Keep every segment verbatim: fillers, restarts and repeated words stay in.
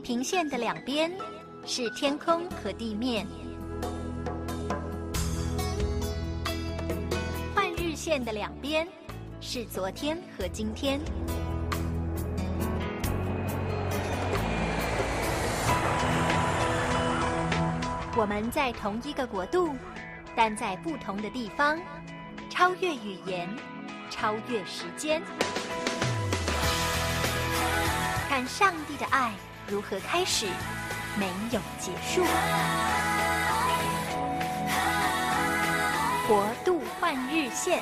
平线的两边是天空和地面，换日线的两边是昨天和今天。我们在同一个国度，但在不同的地方，超越语言，超越时间。看上帝的爱如何开始，没有结束。国度换日线。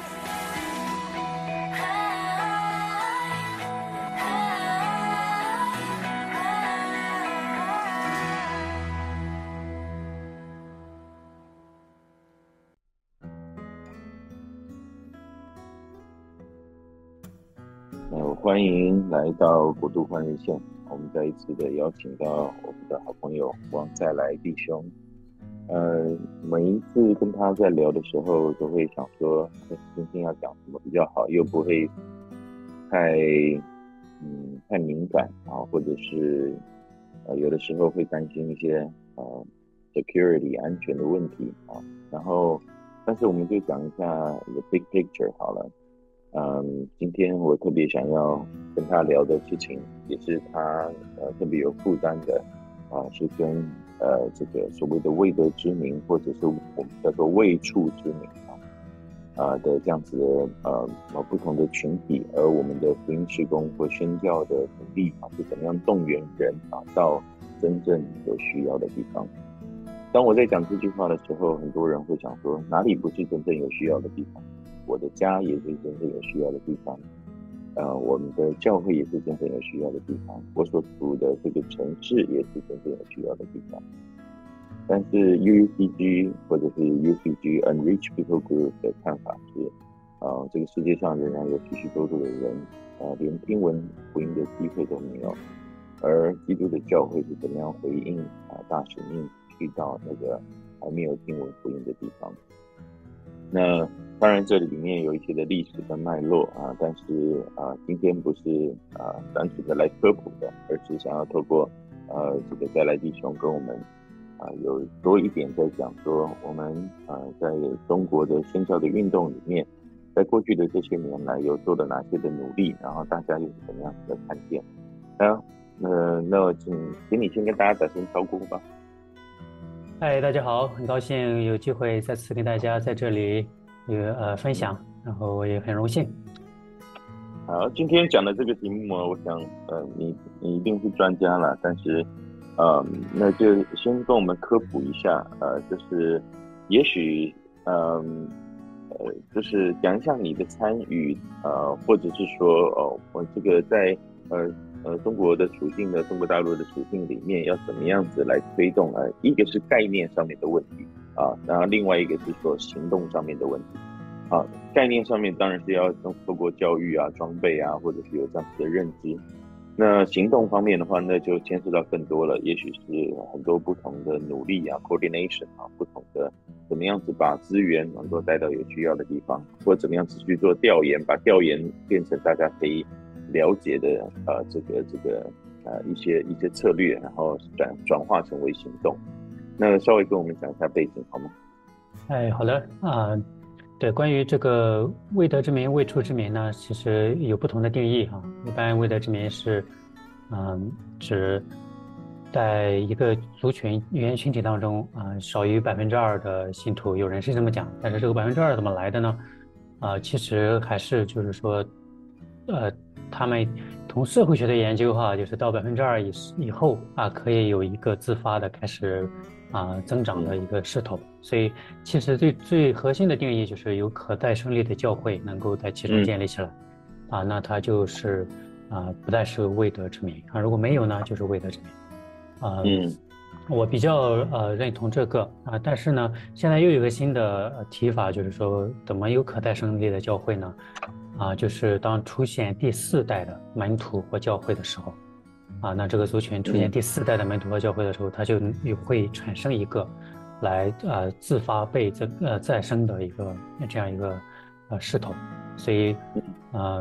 呃，欢迎来到国度换日线。我们再一次的邀请到我们的好朋友王再来弟兄。呃，每一次跟他在聊的时候，都会想说，今天要讲什么比较好，又不会太嗯太敏感啊，或者是呃有的时候会担心一些呃 security 安全的问题啊。然后，但是我们就讲一下 the big picture 好了。嗯，今天我特别想要跟他聊的事情，也是他呃特别有负担的啊，是跟呃这个所谓的未得之名，或者是我们叫做未处之名啊啊的这样子的呃不同的群体，而我们的福音事工或宣教的努力啊，是怎么样动员人啊到真正有需要的地方。当我在讲这句话的时候，很多人会想说，哪里不是真正有需要的地方？我的家也是真正有需要的地方，呃，我们的教会也是真正有需要的地方，我所处的这个城市也是真正有需要的地方。但是 U U C G 或者是 U C G Unreached People Group 的看法是，呃，这个世界上仍然有许许多多的人，呃，连听闻福音的机会都没有，而基督的教会是怎么样回应啊、呃、大使命去到那个还没有听闻福音的地方？那当然，这里面有一些的历史跟脉络啊，但是啊，今天不是啊单纯的来科普的，而是想要透过呃这个再来弟兄跟我们啊有多一点在讲说，我们啊在中国的宣教的运动里面，在过去的这些年来有做了哪些的努力，然后大家又是怎么样子的看见？啊，那那请请你先跟大家打声招呼吧。 嗨，大家好，很高兴有机会再次跟大家在这里有呃分享，然后我也很荣幸。 好，今天讲的这个题目啊，我想呃你你一定是专家了，但是呃那就先跟我们科普一下，呃就是也许呃呃就是讲一下你的参与，呃或者是说哦我这个在呃呃，中国的处境的中国大陆的处境里面，要怎么样子来推动？呃，一个是概念上面的问题啊，然后另外一个是说行动上面的问题啊。概念上面当然是要透过教育啊、装备啊，或者是有这样子的认知。那行动方面的话，那就牵涉到更多了，也许是很多不同的努力啊 ，coordination 啊，不同的怎么样子把资源能够带到有需要的地方，或者怎么样子去做调研，把调研变成大家可以了解的呃这个这个呃一些一些策略，然后转转化成为行动。那稍微跟我们讲一下背景好吗？ 哎，好的啊、呃，对，关于这个未得之名、未处之名呢，其实有不同的定义啊。一般未得之名是，嗯、呃，指在一个族群语言群体当中啊、呃，少于百分之二的信徒，有人是这么讲。但是这个百分之二怎么来的呢？啊、呃，其实还是就是说，呃。他们从社会学的研究哈，就是到百分之二以以后啊，可以有一个自发的开始啊增长的一个势头。所以其实最最核心的定义就是有可再生力的教会能够在其中建立起来，嗯、啊，那它就是啊不再是未得之名啊，如果没有呢，就是未得之名啊。嗯，我比较呃认同这个啊，但是呢，现在又有一个新的提法，就是说怎么有可再生力的教会呢？啊，就是当出现第四代的门徒或教会的时候，啊，那这个族群出现第四代的门徒和教会的时候，它就会产生一个来呃自发被这呃再生的一个这样一个呃势头。所以，呃，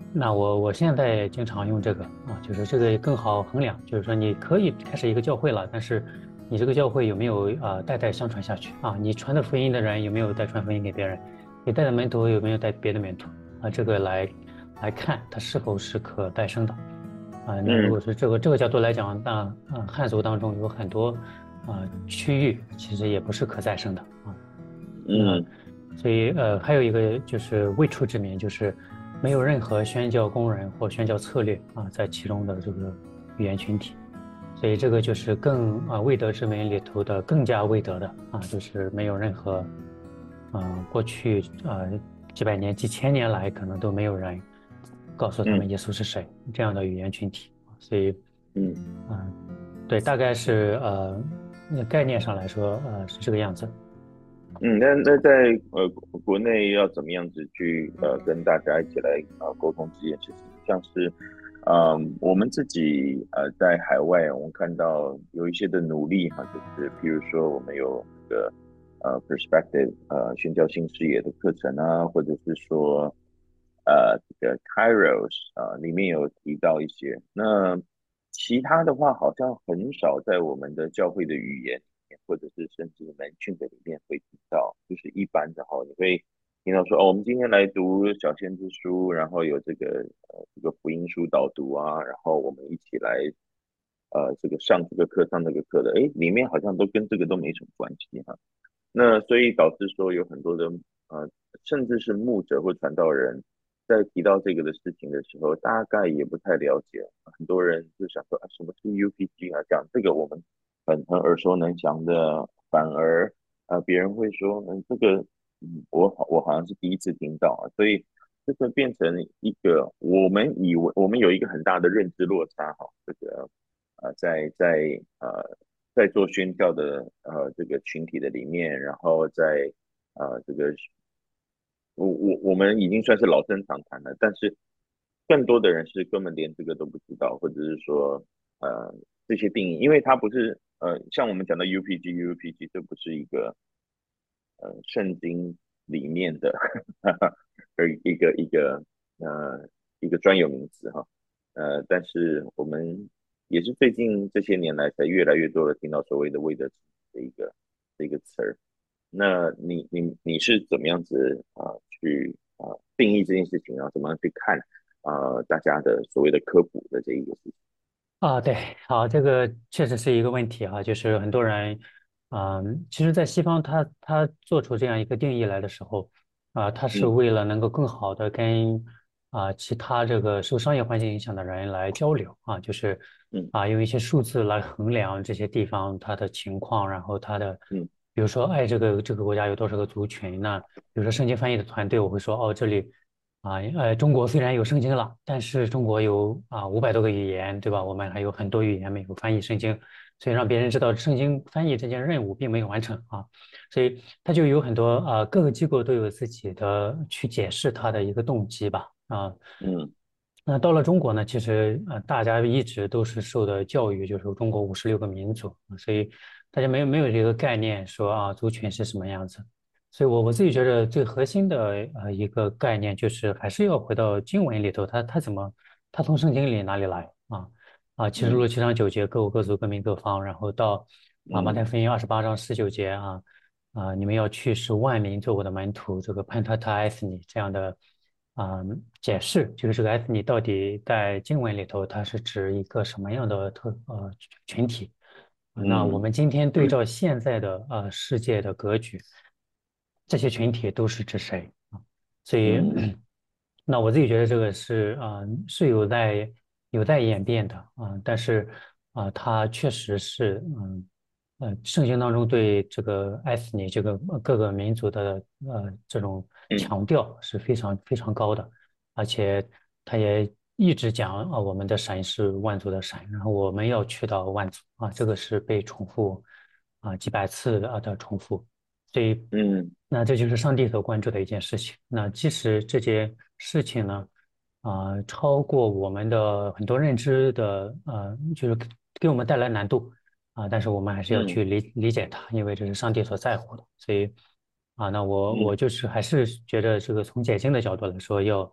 那我我现在经常用这个啊，就是这个更好衡量，就是说你可以开始一个教会了，但是你这个教会有没有啊代代相传下去啊？你传的福音的人有没有再传福音给别人？你带的门徒有没有带别的门徒啊？这个来来看它是否是可再生的啊？那如嗯果是这个这个角度来讲，那啊汉族当中有很多啊区域其实也不是可再生的啊。那嗯所以呃，还有一个就是未出之名，就是没有任何宣教工人或宣教策略啊，在其中的这个语言群体，所以这个就是更啊未得之名里头的更加未得的啊，就是没有任何啊过去啊几百年、几千年来可能都没有人告诉他们嗯耶稣是谁这样的语言群体，所以嗯啊对，大概是呃那概念上来说呃是这个样子。 嗯，那那在呃国国内要怎么样子去呃跟大家一起来呃沟通这件事情？像是，嗯，我们自己呃在海外，我们看到有一些的努力哈，就是譬如说我们有这个呃 perspective 呃宣教新视野的课程啊，或者是说呃这个 Kairos 啊、呃、里面有提到一些，那其他的话好像很少在我们的教会的语言。或者是甚至门训的里面会听到，就是一般的哈，你会听到说哦，我们今天来读小先知书，然后有这个呃这个福音书导读啊，然后我们一起来呃这个上这个课上那个课的，诶，里面好像都跟这个都没什么关系哈。那所以导致说有很多的呃，甚至是牧者或传道人，在提到这个的事情的时候，大概也不太了解。很多人就想说啊，什么是 U P G 啊？讲这个我们很很耳熟能详的，反而呃别人会说，嗯，这个嗯我好我好像是第一次听到啊，所以这个变成一个我们以为我们有一个很大的认知落差哈，这个呃在在呃在做宣教的呃这个群体的里面，然后在呃这个我我我们已经算是老生常谈了，但是更多的人是根本连这个都不知道，或者是说呃这些定义，因为它不是呃像我们讲的 U P G U P G，这不是一个呃圣经里面的而一个一个呃一个专有名词哈，呃，但是我们也是最近这些年来才越来越多的听到所谓的"未得之的一个的一个词儿。那你你你是怎么样子啊、呃去啊、呃定义这件事情，然后怎么样去看啊、呃大家的所谓的科普的这一个事情？ 啊，对，好，这个确实是一个问题哈，就是很多人，嗯，其实，在西方他，他做出这样一个定义来的时候，啊，他是嗯为了能够更好的跟啊其他这个受商业环境影响的人来交流啊，就是嗯啊用一些数字来衡量这些地方它的情况，然后它的， 嗯比如说，哎，这个这个国家有多少个族群，那比如说圣经翻译的团队，我会说，哦，这里。啊，呃，中国虽然有圣经了，但是中国有啊五百多个语言，对吧？我们还有很多语言没有翻译圣经，所以让别人知道圣经翻译这件任务并没有完成啊，所以他就有很多啊各个机构都有自己的去解释它的一个动机吧啊。 嗯那到了中国呢，其实呃大家一直都是受的教育，就是中国五十六个民族，所以大家没有没有这个概念说啊族群是什么样子。所以我我自己觉得最核心的呃一个概念就是还是要回到经文里头，它它怎么它从圣经里哪里来啊啊启示录嗯七章九节各国各族各民各方，然后到啊马太嗯福音二十八章十九节啊啊你们要去使万民做我的门徒，这个 Pentata ethni 这样的啊解释，就是这个 ethni 到底在经文里头它是指一个什么样的特呃群体？啊那我嗯们今天对照现在的呃世界的格局，这些群体都是指谁啊？所以， 嗯那我自己觉得这个是啊、呃是有在有在演变的啊、但是啊、它确实是嗯呃圣经当中对这个艾斯尼这个呃各个民族的呃这种嗯强调是非常非常高的，而且他也一直讲啊我们的神是万族的神，然后我们要去到万族啊，这个是被重复啊几百次的啊的重复。所以， 嗯那这就是上帝所关注的一件事情。那即使这件事情呢，啊、超过我们的很多认知的，呃，就是给给我们带来难度啊、但是我们还是要嗯去理理解它，因为这是上帝所在乎的。所以，啊，那我我嗯就是还是觉得这个从解经的角度来说，要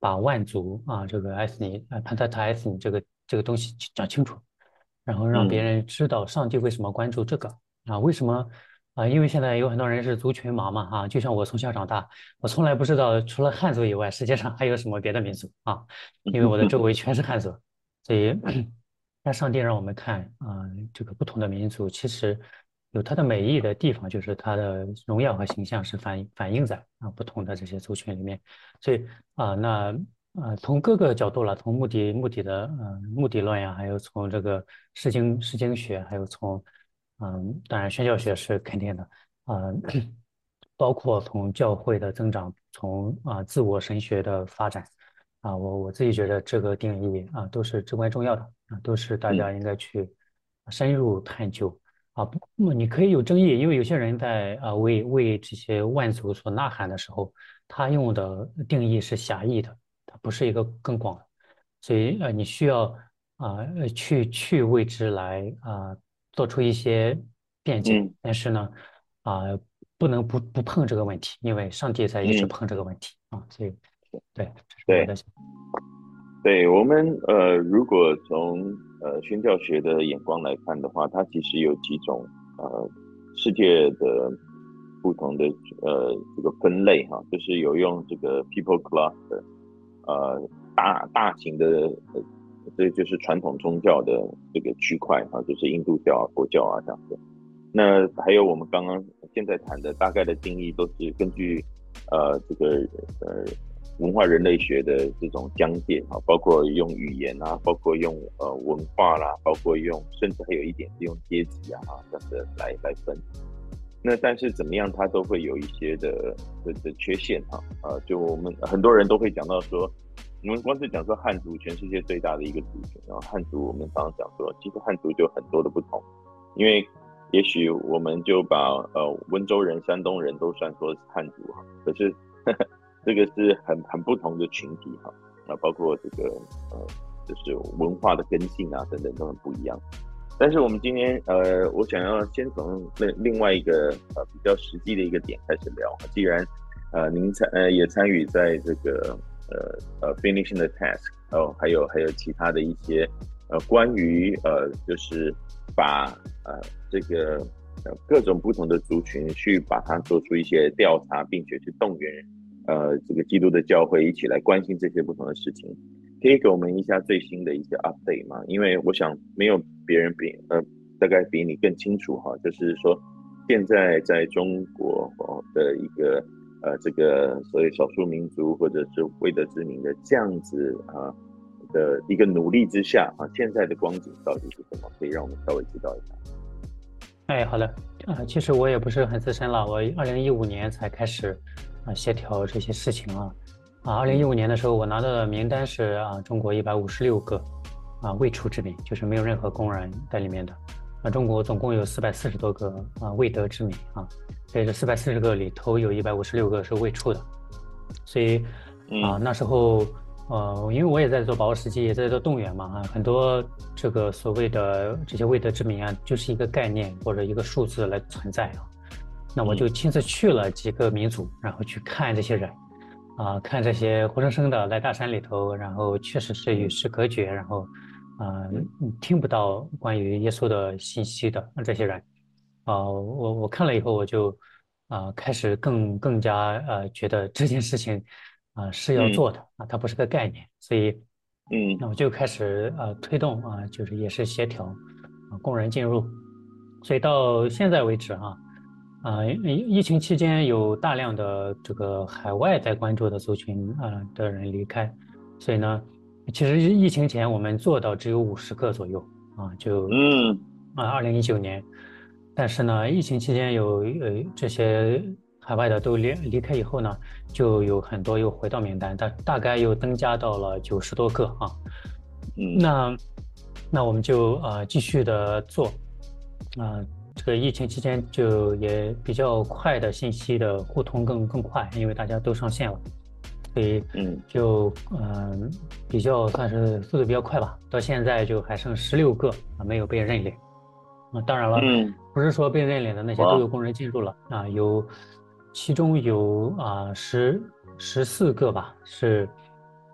把万族啊这个 ethnic 啊 Pentata ethnic 这个这个东西讲清楚，然后让别人知道上帝为什么关注这个啊？为什么啊？因为现在有很多人是族群盲嘛啊，就像我从小长大，我从来不知道除了汉族以外，世界上还有什么别的民族啊，因为我的周围全是汉族，所以让上帝让我们看啊，这个不同的民族其实有它的美丽的地方，就是它的荣耀和形象是反反映在啊不同的这些族群里面，所以啊那。呃，从各个角度了，从目的目的的呃目的论呀，还有从这个诗经诗经学，还有从嗯，当然宣教学是肯定的啊、呃，包括从教会的增长，从啊、自我神学的发展啊，我我自己觉得这个定义啊都是至关重要的啊，都是大家嗯应该去深入探究啊。不，你可以有争议，因为有些人在啊为为这些万族所呐喊的时候，他用的定义是狭义的。它不是一个更广的，所以呃，你需要啊呃去去为之来啊、做出一些辩解， 嗯但是呢啊、不能不不碰这个问题，因为上帝在一直嗯， 碰这个问题啊，所以对，这是我对。 的想法。 对，我们呃，如果从呃宣教学的眼光来看的话，它其实有几种呃世界的不同的呃这个分类哈，就是有用这个 people cluster 呃大大型的呃这就是传统宗教的这个区块哈，就是印度教啊、佛教啊这样子。那还有我们刚刚现在谈的大概的定义，都是根据呃这个呃文化人类学的这种疆界啊，包括用语言啊，包括用呃文化啦，包括用甚至还有一点是用阶级啊这样的来来分。那但是怎么样，它都会有一些的的的缺陷哈，呃，就我们很多人都会讲到说，我们光是讲说汉族全世界最大的一个族群，然后汉族我们常常讲说，其实汉族就很多的不同，因为也许我们就把呃温州人、山东人都算说是汉族哈，可是呵呵这个是很很不同的群体哈，啊，包括这个呃就是文化的根性啊等等都很不一样。但是我们今天呃，我想要先从另另外一个呃比较实际的一个点开始聊。既然呃您参呃也参与在这个呃呃 finishing the task 哦，还有还有其他的一些呃关于呃就是把呃这个呃各种不同的族群去把它做出一些调查，并且去动员呃这个基督的教会一起来关心这些不同的事情。可以给我们一下最新的一些 update 吗？因为我想没有别人比呃大概比你更清楚哈，就是说现在在中国的一个呃这个所谓少数民族或者是未得之民的这样子啊的一个努力之下啊，现在的光景到底是什么？可以让我们稍微知道一下。 哎，好的，啊、其实我也不是很资深了，我二零一五年才开始啊、协调这些事情啊。啊，二零一五年的时候，我拿到的名单是啊，中国一百五十六个啊未出之民，就是没有任何工人在里面的。啊，中国总共有四百四十多个啊未得之民啊，所以这四百四十个里头有一百五十六个是未出的。所以啊，那时候呃，因为我也在做把握时机，也在做动员嘛啊，很多这个所谓的这些未得之民啊，就是一个概念或者一个数字来存在啊。那我就亲自去了几个民族，然后去看这些人。啊、呃，看这些活生生的来大山里头，然后确实是与世隔绝，然后，啊、呃，听不到关于耶稣的信息的这些人，啊、呃，我我看了以后，我就啊、呃、开始更更加呃觉得这件事情啊、呃、是要做的啊，它不是个概念，所以， 嗯， 那我就开始啊、呃、推动啊、呃，就是也是协调啊工人进入，所以到现在为止啊。啊，疫疫情期间有大量的这个海外在关注的族群啊的人离开，所以呢，其实疫情前我们做到只有五十个左右啊，就嗯啊二零一九年，但是呢，疫情期间有呃这些海外的都离离开以后呢，就有很多又回到名单，大大概又增加到了九十多个啊， 嗯， 那那我们就啊继续的做啊。这个疫情期间就也比较快的信息的互通更更快，因为大家都上线了，所以就嗯、呃、比较算是速度比较快吧。到现在就还剩十六个啊没有被认领啊，当然了， 嗯， 不是说被认领的那些都有工人进入了啊，有其中有啊十十四个吧是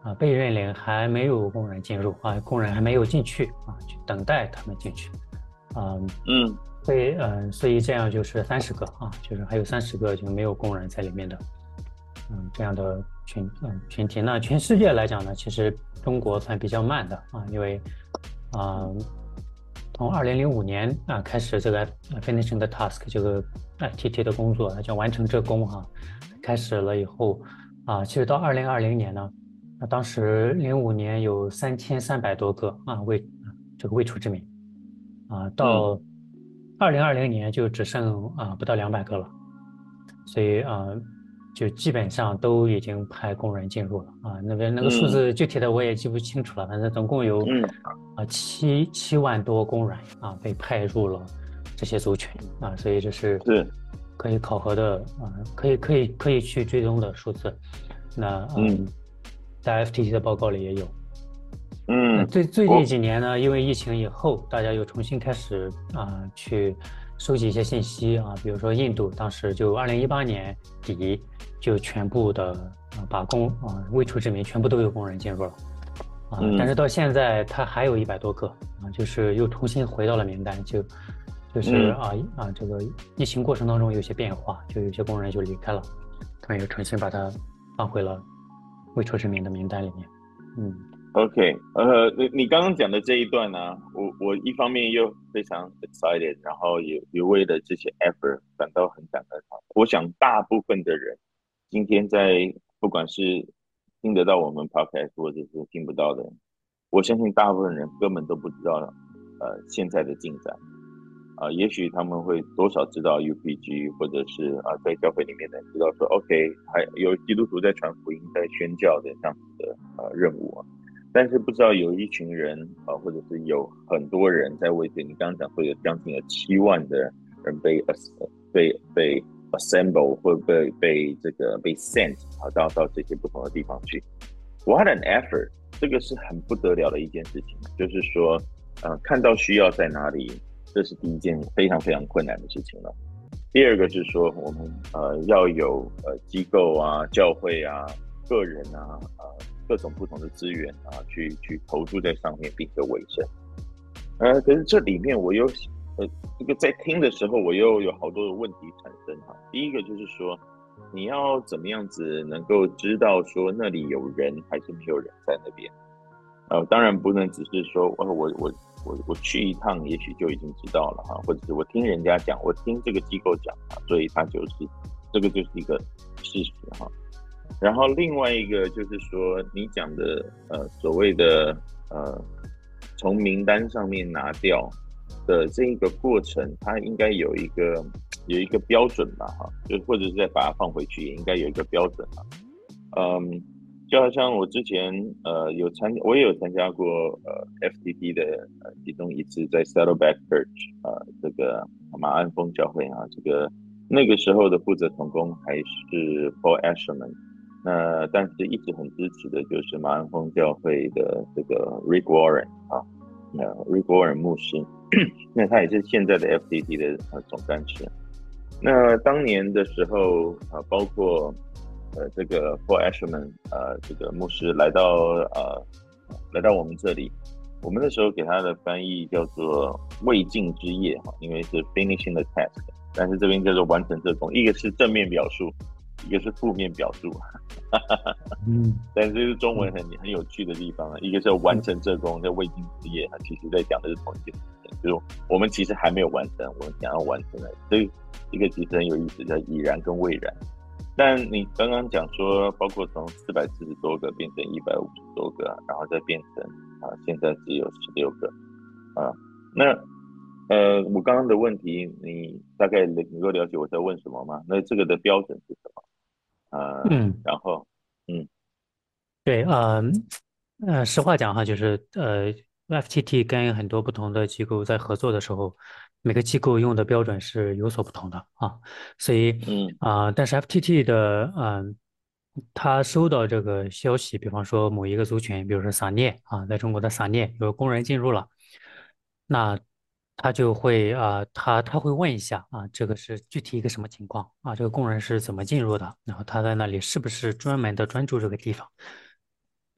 啊被认领还没有工人进入啊，工人还没有进去啊，去等待他们进去。啊， 嗯， 所以嗯，所以这样就是三十个啊，就是还有三十个就没有工人在里面的，嗯，这样的群嗯群体。那全世界来讲呢，其实中国算比较慢的啊，因为啊，从二零零五年啊开始这个 finishing the task 这个 F T T 的工作，叫完成这工哈、啊，开始了以后啊，其实到二零二零年呢，那当时零五年有三千三百多个啊未这个未出之名。啊，到二零二零年就只剩啊不到两百个了，所以啊就基本上都已经派工人进入了啊。那边那个数嗯字具体的我也记不清楚了，反正总共有嗯啊七七万多工人啊被派入了这些族群啊，所以这是是可以考核的啊，可以可以可以去追踪的数字。那嗯，在 F T T 的报告里也有。那嗯， 最最近我几年呢，因为疫情以后，大家又重新开始啊、呃去收集一些信息啊，比如说印度当时就二零一八年底就全部的啊、把工啊、未出之名全部都有工人进入了啊，但嗯是到现在他还有一百多个啊，就是又重新回到了名单，就就是嗯啊啊这个疫情过程当中有些变化，就有些工人就离开了，他们又重新把它放回了未出之名的名单里面，嗯。 ，OK，呃，你你刚刚讲的这一段呢、我我一方面又非常 excited，然后也也为了这些 effort 感到很感恩哈。我想大部分的人今天在不管是听得到我们 podcast 或者是听不到的人，我相信大部分人根本都不知道呃现在的进展。啊、呃也许他们会多少知道 U P G，或者是啊、呃在教会里面的人知道说，OK，还有基督徒在传福音、在宣教的这样子的呃任务啊，但是不知道有一群人啊、呃或者是有很多人在为这，你刚刚讲说有将近有七万的人被 as 被被 assemble 或被被这个被 sent 啊到到这些不同的地方去，what an effort！这个是很不得了的一件事情，就是说，呃，看到需要在哪里，这是第一件非常非常困难的事情了。第二个是说，我们呃要有呃机构啊、教会啊、个人啊、呃各种不同的资源啊，去去投注在上面，并且维生。呃，可是这里面我又呃这个在听的时候，我又有好多的问题产生哈。第一个就是说，你要怎么样子能够知道说那里有人还是没有人在那边？呃，当然不能只是说，呃，我我我我去一趟，也许就已经知道了哈，或者是我听人家讲，我听这个机构讲啊，所以它就是这个就是一个事实哈。然后另外一个就是说，你讲的呃所谓的呃从名单上面拿掉的这一个过程，它应该有一个有一个标准吧哈，就或者是再把它放回去，也应该有一个标准吧。嗯，就好像我之前呃有参，我也有参加过呃 F T T 的呃其中一次在 Saddleback Church 呃这个马鞍峰教会啊，这个那个时候的负责同工还是 Paul Asherman，那但是一直很支持的就是马鞍峰教会的这个 Rick Warren 啊，那 Rick Warren 牧师，那他也是现在的 F T T 的呃总干事。那当年的时候啊，包括呃这个 Paul Asherman 呃这个牧师来到呃来到我们这里，我们那时候给他的翻译叫做未尽之业哈，因为是 finishing the task， 但是这边叫做完成这工，一个是正面表述，一个是负面表述， 嗯， 但是这是中文很很有趣的地方啊，一个是完成这工，叫未尽之业，它其实在讲的是同一件事情，就是我们其实还没有完成，我们想要完成的，所以这个其实很有意思，叫已然跟未然。但你刚刚讲说，包括从四百四十多个变成一百五十多个，然后再变成啊，现在只有十六个啊。那呃，我刚刚的问题，你大概能够了解我在问什么吗？那这个的标准是什么？呃， 嗯， 然后嗯对，呃，呃，实话讲哈，就是呃，F T T 跟很多不同的机构在合作的时候，每个机构用的标准是有所不同的啊，所以嗯啊、但是 F T T 的嗯、他收到这个消息，比方说某一个族群，比如说撒聂啊，在中国的撒聂有工人进入了，那他就会啊、他他会问一下啊，这个是具体一个什么情况啊？这个工人是怎么进入的？然后他在那里是不是专门的专注这个地方？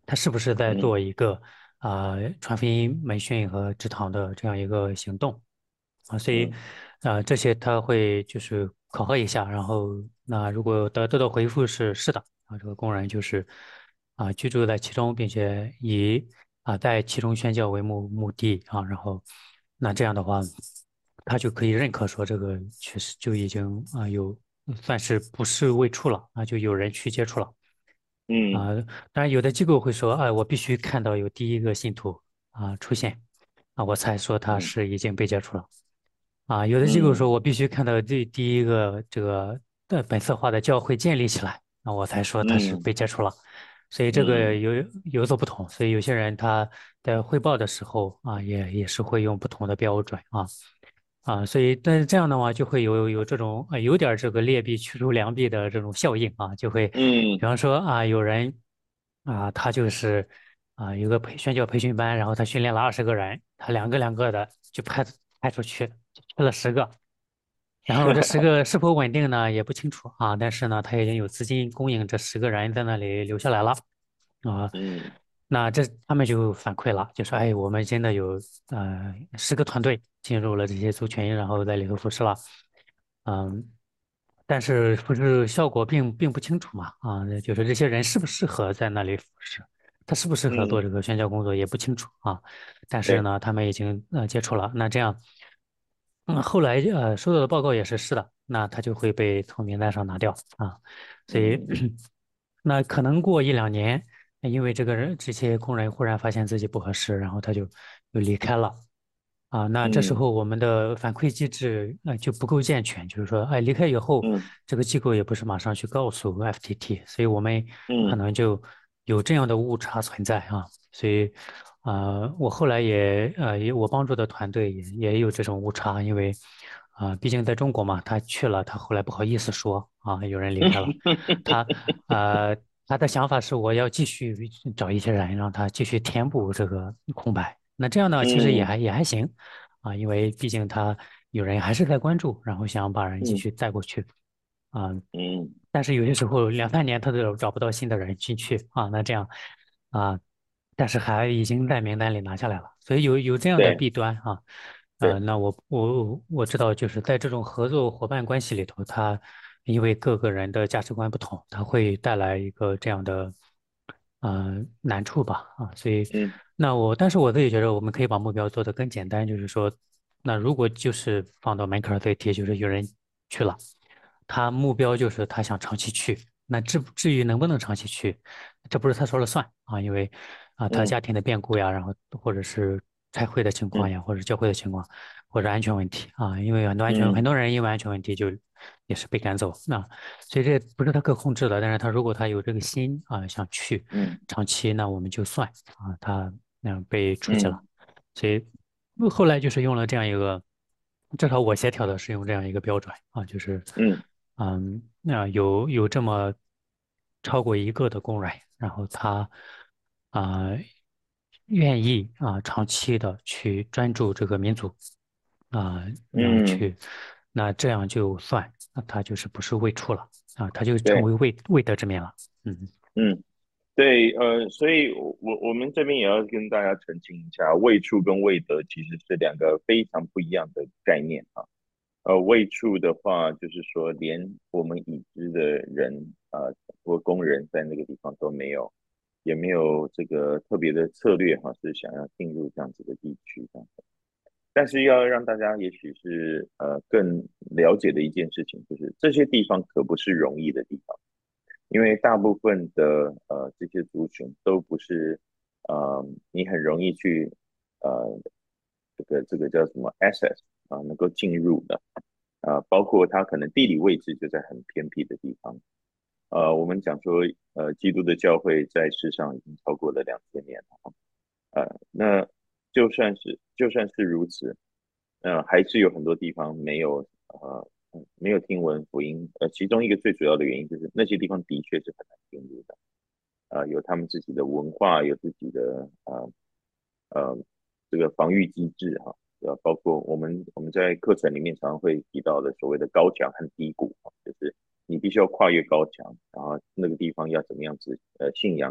他是不是在嗯做一个啊、呃传福音、媒训和职堂的这样一个行动啊？所以， 嗯呃，这些他会就是考核一下，然后那如果得得到回复是是的啊，这个工人就是啊居住在其中，并且以啊在其中宣教为目目的啊，然后那这样的话，他就可以认可说这个确实就已经啊有算是不是未处了啊，就有人去接触了。 嗯啊，当然有的机构会说，哎，我必须看到有第一个信徒啊出现啊，我才说他嗯是已经被接触了啊。有的机构说嗯我必须看到第第一个这个的本色化的教会建立起来，那我才说他是嗯被接触了。所以这个嗯有有所不同，所以有些人他在汇报的时候啊，也也是会用不同的标准啊。啊，所以但是这样的话，就会有有这种啊，有点儿这个劣币驱逐良币的这种效应啊，就会，比嗯方说啊，有人啊，他就是啊，有个培宣教培训班，然后他训练了二十个人，他两个两个的就派派出去，就去了十个，然后这十个是否稳定呢，也不清楚啊，但是呢，他已经有资金供应这十个人在那里留下来了。啊， 嗯那这他们就反馈了，就说，哎，我们真的有呃十个团队进入了这些族群，然后在里头服侍了，嗯，但是服侍效果并并不清楚嘛，啊，就是这些人适不适合在那里服侍，他适不适合做嗯， 这个宣教工作也不清楚啊，但是对， 呢，他们已经呃接触了，那这样，嗯，后来呃收到的报告也是是的，那他就会被从名单上拿掉啊，所以嗯那可能过一两年。因为这个人这些工人忽然发现自己不合适，然后他就就离开了啊。那这时嗯候我们的反馈机制呃就不够健全，就是说，哎，离开以后， 嗯这个机构也不是马上去告诉 F T T，所以我们可嗯能就有这样的误差存在啊。所以，呃，我后来也呃也我帮助的团队也也有这种误差，因为啊、毕竟在中国嘛，他去了，他后来不好意思说啊，有人离开了，他呃他的想法是我要继续找一些人，让他继续填补这个空白。那这样呢，其实也嗯还也还行啊，因为毕竟他有人还是在关注，然后想把人继嗯续带过去啊。 嗯但是有些时候两三年他都找不到新的人进去啊，那这样啊，但是还已经在名单里拿下来了，所以有有这样的对弊端啊。呃， 对， 那我我我知道，就是在这种合作伙伴关系里头，他因为各个人的价值观不同，他会带来一个这样的呃难处吧啊，所以嗯那我但是我自己觉得我们可以把目标做得更简单，就是说，那如果就是放到门槛儿最低，就是有人去了，他目标就是他想长期去，那至至于能不能长期去，这不是他说了算啊，因为啊他嗯家庭的变故呀，然后或者是开会的情况嗯呀，或者教会的情况。或者安全问题啊，因为很多安全很嗯多人因为安全问题就也是被赶走，那所以这不是他可控制的，但是他如果他有这个心啊想去嗯长期，那我们就算啊他那样被出去了， 嗯所以后来就是用了这样一个，至少我协调的是用这样一个标准啊，就是嗯嗯那有有这么超过一个的工人，然后他啊、愿意啊长期的去专注这个民族。啊，那嗯， 去，那这样就算，那他就是不是未出了啊，他就成对， 为未未得之民了。嗯嗯。对，呃，所以我，我我们这边也要跟大家澄清一下，未处跟未得其实是两个非常不一样的概念啊。呃，未处的话，就是说连我们已知的人啊，或工人在那个地方都没有，也没有这个特别的策略哈，是想要进入这样子的地区这样子。但是要让大家也许是呃更了解的一件事情，就是这些地方可不是容易的地方。因为大部分的呃这些族群都不是呃你很容易去呃这个这个叫什么 access 啊能够进入的啊、呃包括它可能地理位置就在很偏僻的地方。呃，我们讲说呃基督的教会在世上已经超过了两千年了，呃，那就算是就算是如此，呃，还是有很多地方没有呃嗯没有听闻福音，呃，其中一个最主要的原因就是那些地方的确是很难进入的，呃，有他们自己的文化，有自己的呃呃这个防御机制哈，呃，包括我们我们在课程里面常常会提到的所谓的高墙和低谷，就是你必须要跨越高墙，然后那个地方要怎么样子呃信仰。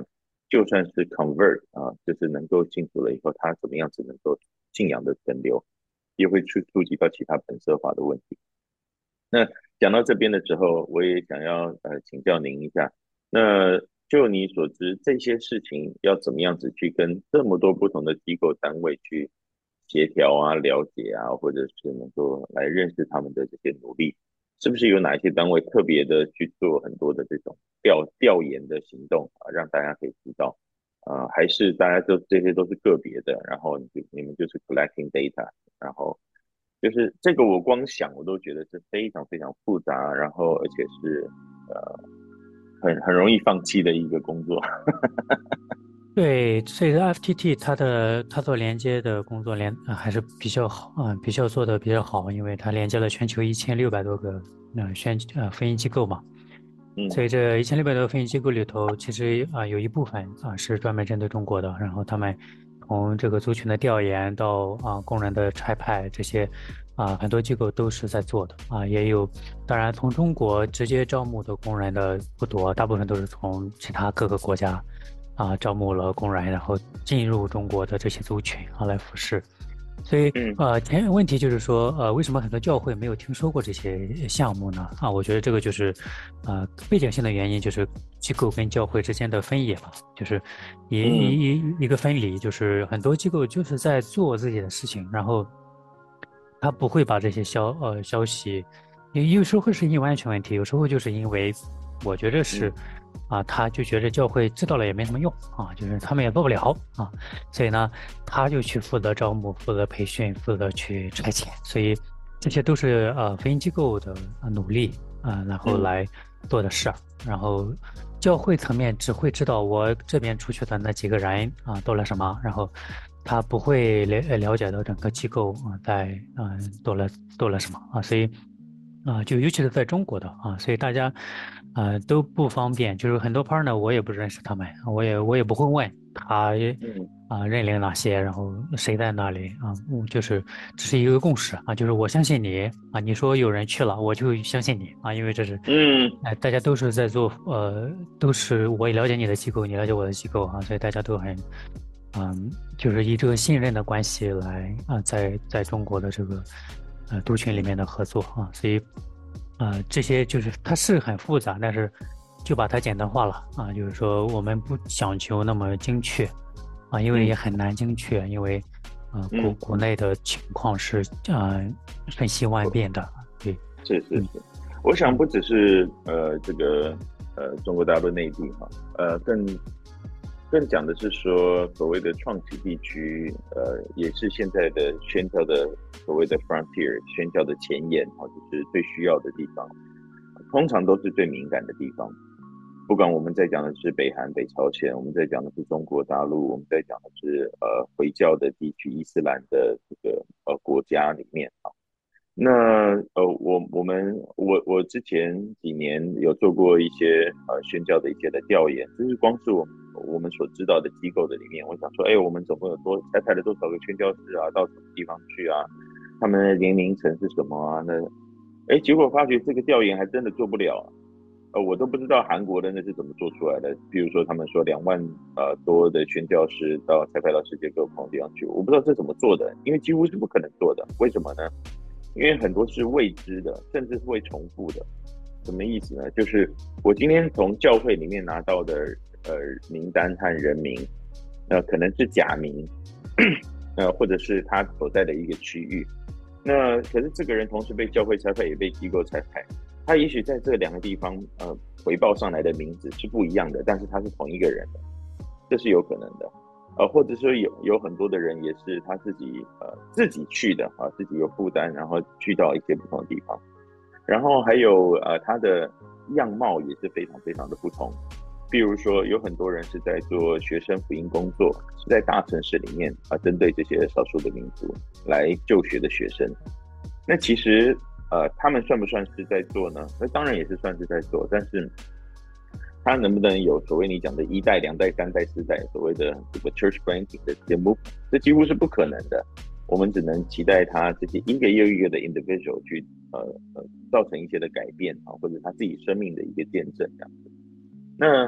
就算是 convert 啊，就是能够信主了以后，他怎么样子能够信仰的存留，也会去触及到其他本色法的问题。那讲到这边的时候，我也想要呃请教您一下，那就你所知，这些事情要怎么样子去跟这么多不同的机构单位去协调啊、了解啊，或者是能够来认识他们的这些努力，是不是有哪一些单位特别的去做很多的这种调调研的行动啊，让大家可以知道，呃，还是大家都这些都是个别的，然后你就你们就是 collecting data，然后就是这个我光想我都觉得是非常非常复杂，然后而且是呃很很容易放弃的一个工作。 对，这个 F T T 它的它做连接的工作连、呃还是比较好啊、比较做的比较好，因为它连接了全球一千六百多个呃宣呃分析机构嘛。所嗯以这一千六百多个分析机构里头，其实啊、有一部分啊、是专门针对中国的，然后他们从这个族群的调研到啊、工人的差派这些啊、很多机构都是在做的啊、也有当然从中国直接招募的工人的不多，大部分都是从其他各个国家啊、招募了工人，然后进入中国的这些族群啊来服侍。所以， 嗯呃，前问题就是说，呃，为什么很多教会没有听说过这些项目呢？啊，我觉得这个就是，呃，背景性的原因就是机构跟教会之间的分野嘛，就是一嗯一一一个分离，就是很多机构就是在做自己的事情，然后他不会把这些消呃消息，有有时候会是因为安全问题，有时候就是因为我觉得是， 嗯啊，他就觉得教会知道了也没什么用啊，就是他们也做不了啊，所以呢，他就去负责招募、负责培训、负责去差遣，所以这些都是呃福音机构的呃努力啊，然后嗯来做的事儿，然后教会层面只会知道我这边出去的那几个人啊做了什么，然后他不会了了解到整个机构啊在啊做了做了什么啊，所以啊就尤其是在中国的啊，所以大家啊都不方便，就是很多 partner 我也不认识他们，我也我也不会问他嗯啊认领哪些，然后谁在那里啊，嗯就是这是一个共识啊，就是我相信你啊，你说有人去了，我就相信你啊，因为这是。 嗯哎，大家都是在做，呃，都是我也了解你的机构，你了解我的机构啊，所以大家都很，嗯，就是以这个信任的关系来啊，在在中国的这个呃族群里面的合作啊，所以呃这些就是它是很复杂，但是就把它简单化了啊，就是说我们不讲求那么精确啊，因为也嗯很难精确，因为呃国嗯， 国内的情况是呃瞬息万变的，对，嗯是是是，我想不只是呃这个呃中国大陆内地哈，呃更更讲的是说所谓的创启地区，呃也是现在的宣教的所谓的 frontier 宣教的前沿哈，就是最需要的地方，通常都是最敏感的地方。不管我们在讲的是北韩、北朝鲜，我们在讲的是中国大陆，我们在讲的是呃回教的地区、伊斯兰的这个呃国家里面啊。那呃，我我们我我之前几年有做过一些呃宣教的一些的调研，就是光是我们我们所知道的机构的里面，我想说，哎，我们总共有多才派了多少个宣教士啊，到什么地方去啊？他们的年龄层是什么啊？那哎，结果发觉这个调研还真的做不了啊。呃，我都不知道韩国的那是怎么做出来的。比如说，他们说两万呃多的宣教师到才派到世界各不同地方去，我不知道这怎么做的，因为几乎是不可能做的。为什么呢？因为很多是未知的，甚至是会重复的。什么意思呢？就是我今天从教会里面拿到的呃名单和人名，呃可能是假名，呃或者是他所在的一个区域。那可是这个人同时被教会差派，也被机构差派，他也许在这两个地方呃回报上来的名字是不一样的，但是他是同一个人的，这是有可能的。呃，或者说有有很多的人也是他自己呃自己去的啊，自己有负担，然后去到一些不同的地方，然后还有呃他的样貌也是非常非常的不同。比如说，有很多人是在做学生福音工作，是在大城市里面啊、呃，针对这些少数的民族来就学的学生。那其实呃，他们算不算是在做呢？那当然也是算是在做，但是他能不能有所谓你讲的一代、两代、三代、四代所谓的这个 church planting 的这些 movement， 这几乎是不可能的。我们只能期待他这些一个又一个的 individual 去呃呃造成一些的改变啊，或者他自己生命的一个见证这样子。那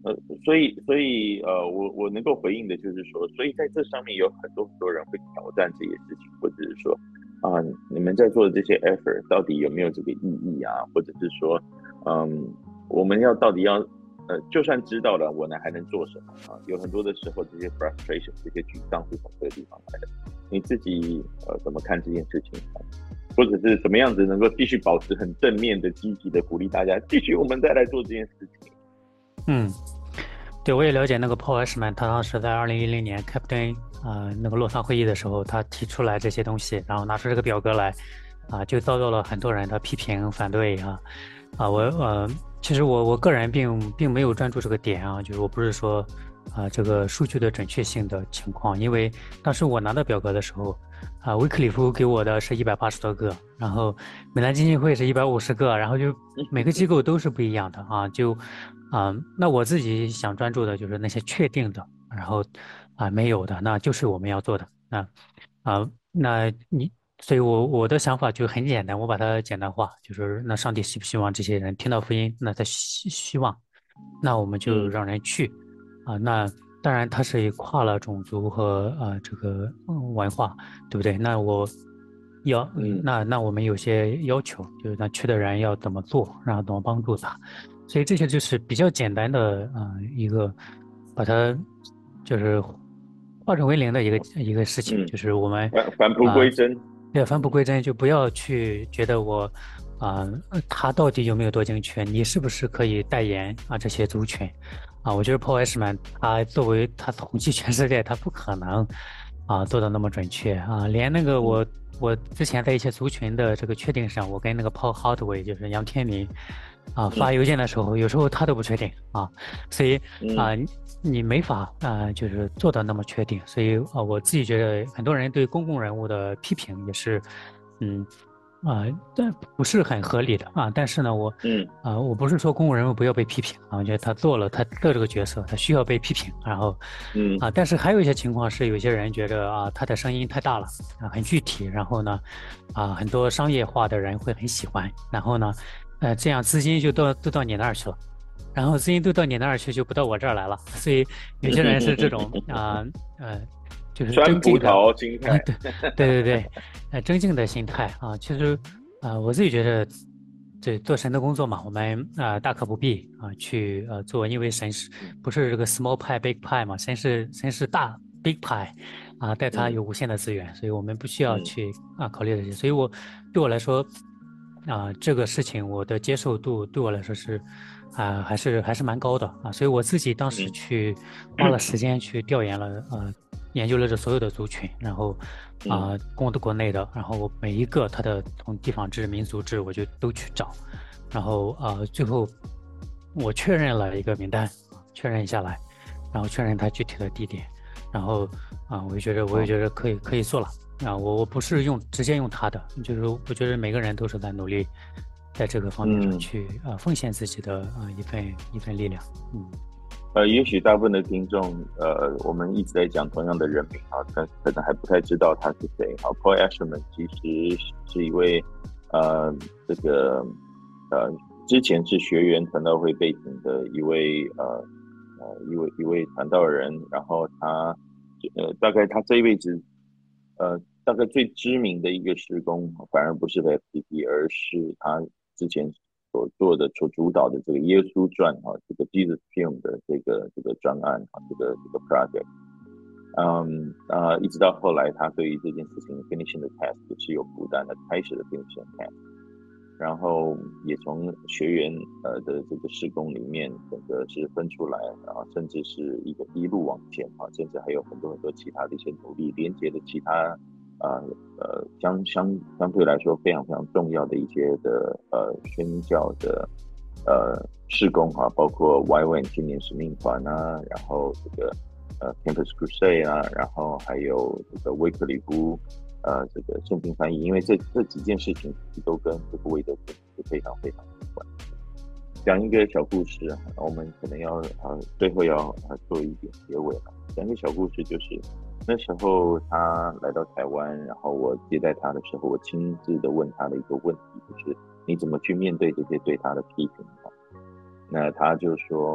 呃，所以所以呃，我我能够回应的就是说，所以在这上面有很多很多人会挑战这些事情，或者是说啊、你们在做的这些 effort 到底有没有这个意义啊？或者是说，嗯，我们要到底要呃，就算知道了，我呢还能做什么啊？有很多的时候，这些 frustration 这些沮丧是从这个地方来的。你自己呃怎么看这件事情？或者是怎么样子能够继续保持很正面的、积极的鼓励大家继续，我们再来做这件事情。 嗯，对，我也了解那个 Paul Ashman，他当时在二零一零年开普敦呃那个洛桑会议的时候，他提出来这些东西，然后拿出这个表格来，啊、就遭到了很多人的批评反对啊。啊，我呃，其实我我个人并并没有专注这个点啊，就是我不是说啊、这个数据的准确性的情况，因为当时我拿到表格的时候，啊，威克里夫给我的是一百八十多个，然后美兰基金会是一百五十个，然后就每个机构都是不一样的啊，就啊、那我自己想专注的就是那些确定的，然后啊、没有的，那就是我们要做的。那啊、那你，所以我我的想法就很简单，我把它简单化，就是那上帝希不希望这些人听到福音？那他希希望，那我们就嗯让人去啊、那当然它是跨了种族和呃这个、嗯文化，对不对？那我要嗯嗯那那我们有些要求，就是那去的人要怎么做，然后怎么帮助他。所以这些就是比较简单的啊、呃一个，把它就是化整为零的一个一个事情， 嗯， 就是我们返返璞啊、 归真。 要返璞归真，就不要去觉得我啊、呃他到底有没有多精确，你是不是可以代言啊这些族群啊？我觉得 Paul Ashman 他作为他统计全世界，他不可能啊做到那么准确啊，连那个嗯我我之前在一些族群的这个确定上，我跟那个 Paul Hardaway 就是杨天明啊发嗯邮件的时候，有时候他都不确定啊，所以嗯啊你你没法啊就是做到那么确定，所以啊我自己觉得很多人对公共人物的批评也是嗯啊但不是很合理的啊，但是呢我嗯啊我不是说公共人物不要被批评啊，我觉得他做了他的这个角色，他需要被批评，然后嗯啊但是还有一些情况是有些人觉得啊他的声音太大了啊很具体，然后呢啊很多商业化的人会很喜欢，然后呢呃这样资金就都都到你那儿去了。然后资金都到你那儿去，就不到我这儿来了。所以有些人是这种啊呃，呃就是酸葡增进的， 萄心态。 对对对对，呃，增进的心态啊。其实啊、呃我自己觉得，这做神的工作嘛，我们啊、呃大可不必啊、去呃做，因为神是不是这个 small pie big pie 嘛？神是神是大 big pie 啊，但它嗯有无限的资源，所以我们不需要嗯去啊考虑这些。所以我对我来说。啊、这个事情我的接受度对我来说是，啊、还是还是蛮高的啊，所以我自己当时嗯去花了时间去调研了，呃，研究了这所有的族群，然后嗯啊、国的国内的，然后每一个它的从地方志、民族志，我就都去找，然后啊、最后我确认了一个名单，确认下来，然后确认它具体的地点，然后啊、我就觉得我也好觉得可以可以做了。啊，我我不是用直接用他的，就是我觉得每个人都是在努力，在这个方面上嗯。 去啊、奉献自己的啊、一份一份力量。嗯呃，也许大部分的听众，呃，我们一直在讲同样的人名啊，但可能还不太知道他是谁。好，Paul Ashman 其实是一位，呃，这个呃，之前是学员传道会背景的一位，呃呃，一位一位传道人，然后他，呃，大概他这一辈子，呃，大概最知名的一个施工，反而不是 F P P，而是他之前所做的、所主导的这个耶稣传啊，这个 Jesus Film 的这个这个专案啊，这个这个 project，嗯啊，一直到后来，他对于这件事情 finishing the task 是有负担的，开始的 finishing the task，然后也从学员呃的这个施工里面，整个是分出来，然后甚至是一个一路往前啊，甚至还有很多很多其他的一些努力，连接的其他。呃呃，相相相对来说非常非常重要的一些的呃宣教的呃事工啊，包括 Y W A N 青年使命团啊，然后这个呃 Campus Crusade 啊，然后还有这个威克里夫呃这个圣经翻译，因为这这几件事情都跟这个魏德是非常非常有关。讲一个小故事啊，我们可能要啊最后要啊做一点结尾了。讲一个小故事，就是那时候他来到台湾，然后我接待他的时候，我亲自的问他的一个问题，就是你怎么去面对这些对他的批评啊？那他就说，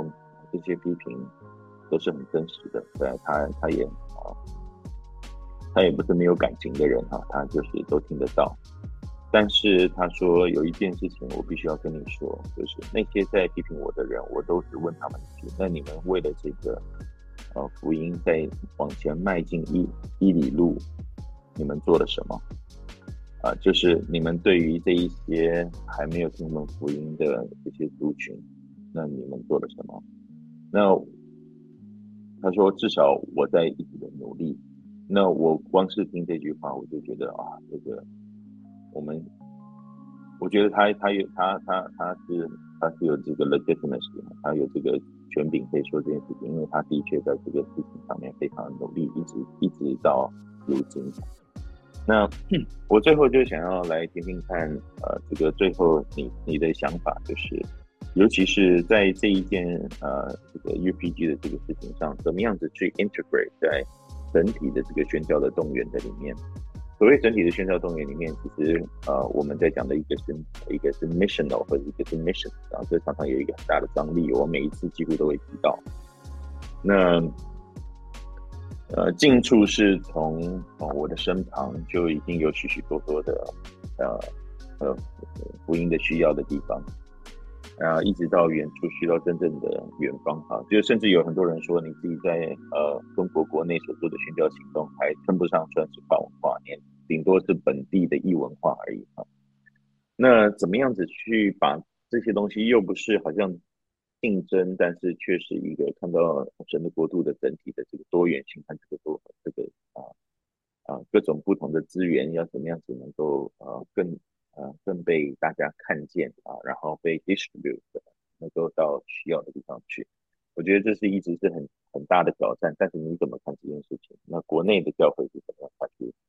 这些批评都是很真实的。对，他他也啊，他也不是没有感情的人哈，他就是都听得到。但是他说有一件事情我必须要跟你说，就是那些在批评我的人，我都只问他们一句：那你们为了这个呃福音在往前迈进一一里路，你们做了什么？啊、呃，就是你们对于这一些还没有听闻福音的这些族群，那你们做了什么？那他说至少我在一直的努力。那我光是听这句话，我就觉得啊，这个我们，我觉得他他有他他他是他是有这个 legitimacy， 他有这个权柄可以说这件事情，因为他的确在这个事情上面非常努力，一直一直到如今。那我最后就想要来听听看，呃，这个最后你你的想法，就是尤其是在这一件呃这个 U P G 的这个事情上，怎么样子去 integrate 在整体的这个宣教的动员的里面。所谓整体的宣教动员里面，其实呃我们在讲的一个是一个是 missional 或者一个是 mission， 然后这常常有一个很大的张力，我每一次几乎都会提到。那呃，近处是从、呃、我的身旁就已经有许许多多的呃呃福音的需要的地方，啊，一直到远处去到真正的远方哈，就甚至有很多人说，你自己在呃中国国内所做的宣教行动还称不上算是跨文化，你顶多是本地的异文化而已哈。那怎么样子去把这些东西又不是好像竞争，但是却是一个看到神的国度的整体的这个多元性和这个多这个啊啊各种不同的资源要怎么样子能够呃更呃更被大家看见啊，然后被 distribute 能够到需要的地方去。我觉得这是一直是很很大的挑战，但是你怎么看这件事情？那国内的教会是怎么样看这个？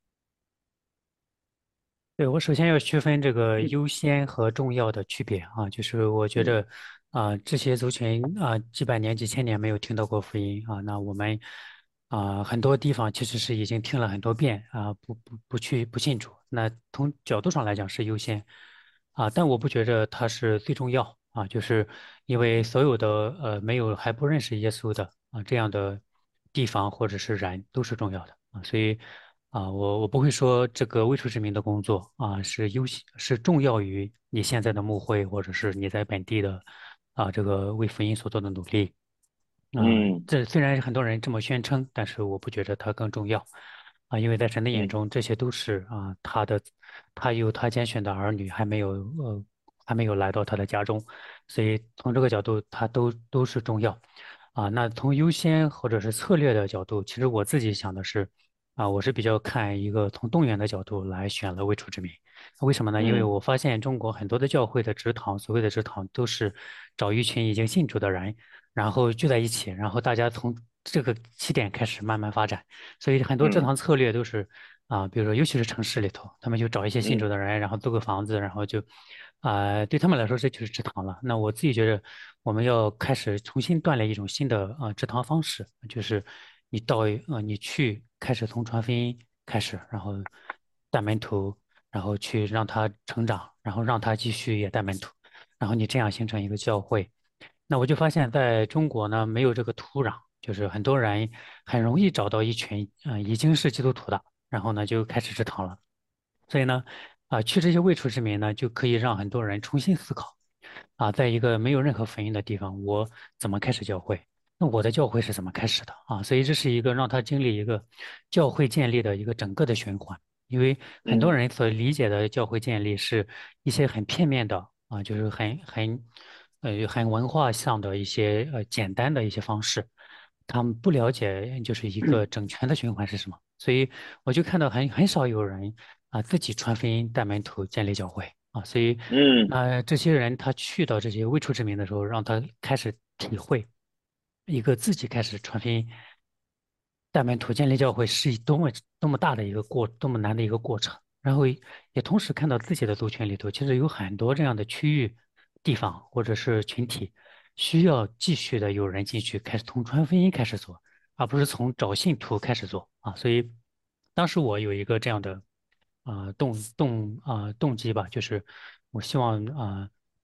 对，我首先要区分这个优先和重要的区别啊，就是我觉嗯得啊，这些族群啊几百年、几千年没有听到过福音啊，那我们啊很多地方其实是已经听了很多遍啊，不不不去不信主，那从角度上来讲是优先啊，但我不觉得它是最重要啊，就是因为所有的呃没有还不认识耶稣的啊这样的地方或者是人都是重要的啊，所以。啊，我我不会说这个未出之名的工作啊是优先是重要于你现在的牧会或者是你在本地的啊这个为福音所做的努力啊， 嗯这虽然很多人这么宣称，但是我不觉得它更重要啊，因为在神的眼嗯中，这些都是啊他的他有他拣选的儿女还没有呃还没有来到他的家中，所以从这个角度，它都都是重要啊。那从优先或者是策略的角度，其实我自己想的是。啊，我是比较看一个从动员的角度来选了未出之名，为什么呢？因为嗯我发现中国很多的教会的职堂，所谓的职堂都是找一群已经信主的人，然后聚在一起，然后大家从这个起点开始慢慢发展，所以很多职嗯堂策略都是啊，比如说尤其是城市里头，他们就找一些信主嗯的人，然后租个房子，然后就啊，对他们来说这就是职堂了。那我自己觉得我们要开始重新锻炼一种新的啊职堂方式，就是你到呃你去开始从传福音开始，然后带门徒，然后去让他成长，然后让他继续也带门徒，然后你这样形成一个教会。那我就发现在中国呢，没有这个土壤，就是很多人很容易找到一群嗯、呃已经是基督徒的，然后呢就开始支堂了。所以呢，啊、去这些未出之民呢，就可以让很多人重新思考。啊，在一个没有任何福音的地方，我怎么开始教会？那我的教会是怎么开始的啊？所以这是一个让他经历一个教会建立的一个整个的循环。因为很多嗯人所理解的教会建立是一些很片面的啊，就是很很呃很文化上的一些呃简单的一些方式，他们不了解就是一个整全的循环是什么。所以我就看到很很少有人啊自己传福音带门徒建立教会啊，所以嗯那这些人他去到这些未出之名的时候，让他开始体会一个自己开始传福音带门徒建立教会是多么多么大的一个过多么难的一个过程，然后也同时看到自己的族群里头其实有很多这样的区域地方或者是群体需要继续的有人进去开始从传福音开始做。而不是从找信徒开始做啊。所以当时我有一个这样的啊、呃动动啊、呃动机吧，就是我希望啊、呃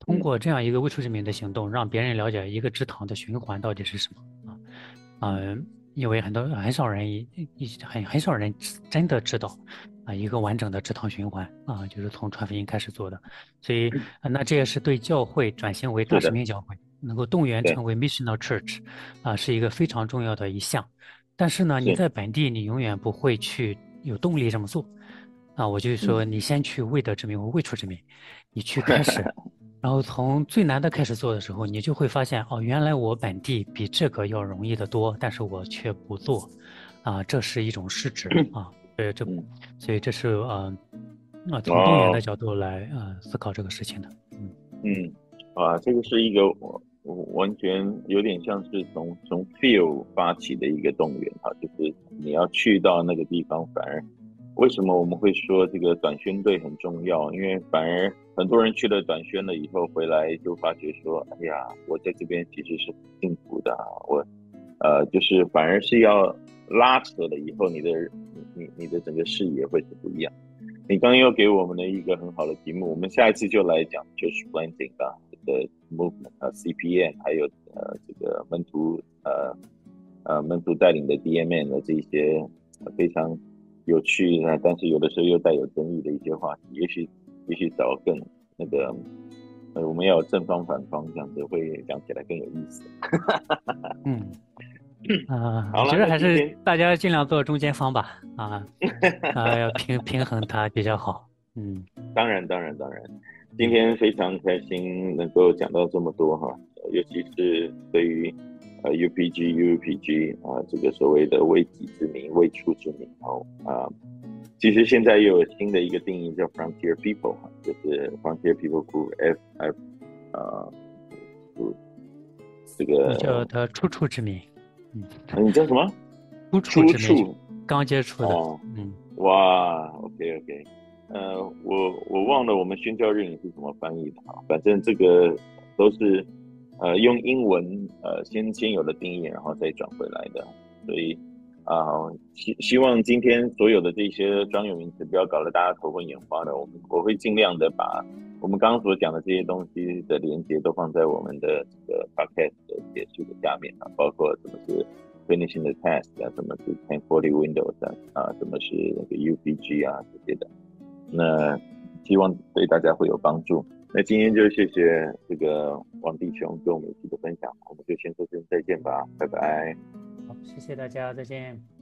通过这样一个未出之名的行动，让别人了解一个职场的循环到底是什么啊？嗯、呃，因为很多很少人一一很很少人真的知道啊一个完整的职场循环啊，就是从传福音开始做的，所以、啊、那这也是对教会转型为大使命教会，能够动员成为 missional church 啊，是一个非常重要的一项。但是呢，你在本地你永远不会去有动力这么做啊。我就说，你先去未得之名或未出之名，你去开始。然后从最难的开始做的时候，你就会发现哦，原来我本地比这个要容易得多，但是我却不做，啊，这是一种失职啊，对，这，所以这是呃，啊，从动员的角度来呃思考这个事情的，嗯嗯，啊，这个是一个完全有点像是从从 feel 发起的一个动员哈，就是你要去到那个地方，反而为什么我们会说这个短宣队很重要？因为反而很多人去了短宣了以后回来就发觉说，哎呀，我在这边其实是很幸福的，我呃就是反而是要拉扯了以后，你的你你的整个视野会是不一样。你刚刚又给我们的一个很好的题目，我们下一次就来讲 church planting 啊，这个 movement 啊 C P M， 还有呃这个门徒呃呃门徒带领的 D M N 的这些非常有趣啊，但是有的时候又带有争议的一些话题，也许也许找更那个呃我们要有正方反方，这样子会讲起来更有意思。 嗯。啊、 呃， 我觉得还是大家尽量做中间方吧，啊啊，要平平衡它比较好。嗯， 当然，当然，当然，今天非常开心能够讲到这么多哈，尤其是对于呃 U P G、U P G 啊这个所谓的未己之名、未出之名哦啊，其实现在又有新的一个定义叫 Frontier People 哈，就是 Frontier People Group F F 啊，这个我叫它出处之名。 嗯，你叫什么？ 出处之名，刚接触的。 哦， 嗯， 哇 ，OK OK，呃，我我忘了我们宣教日语是怎么翻译的啊，反正这个都是呃用英文呃先先有了定义，然后再转回来的，所以啊、呃、希希望今天所有的这些专有名词不要搞得大家头昏眼花的，我们我会尽量的把我们刚刚所讲的这些东西的连接都放在我们的这个 podcast 的结束的下面啊，包括什么是 finishing the task 啊，什么是ten forty Windows 啊，啊，什么是那个 U P G 啊这些的，那希望对大家会有帮助。那今天就谢谢这个王弟兄跟我们一起的分享，我们就先说声再见吧，拜拜。 好，谢谢大家，再见。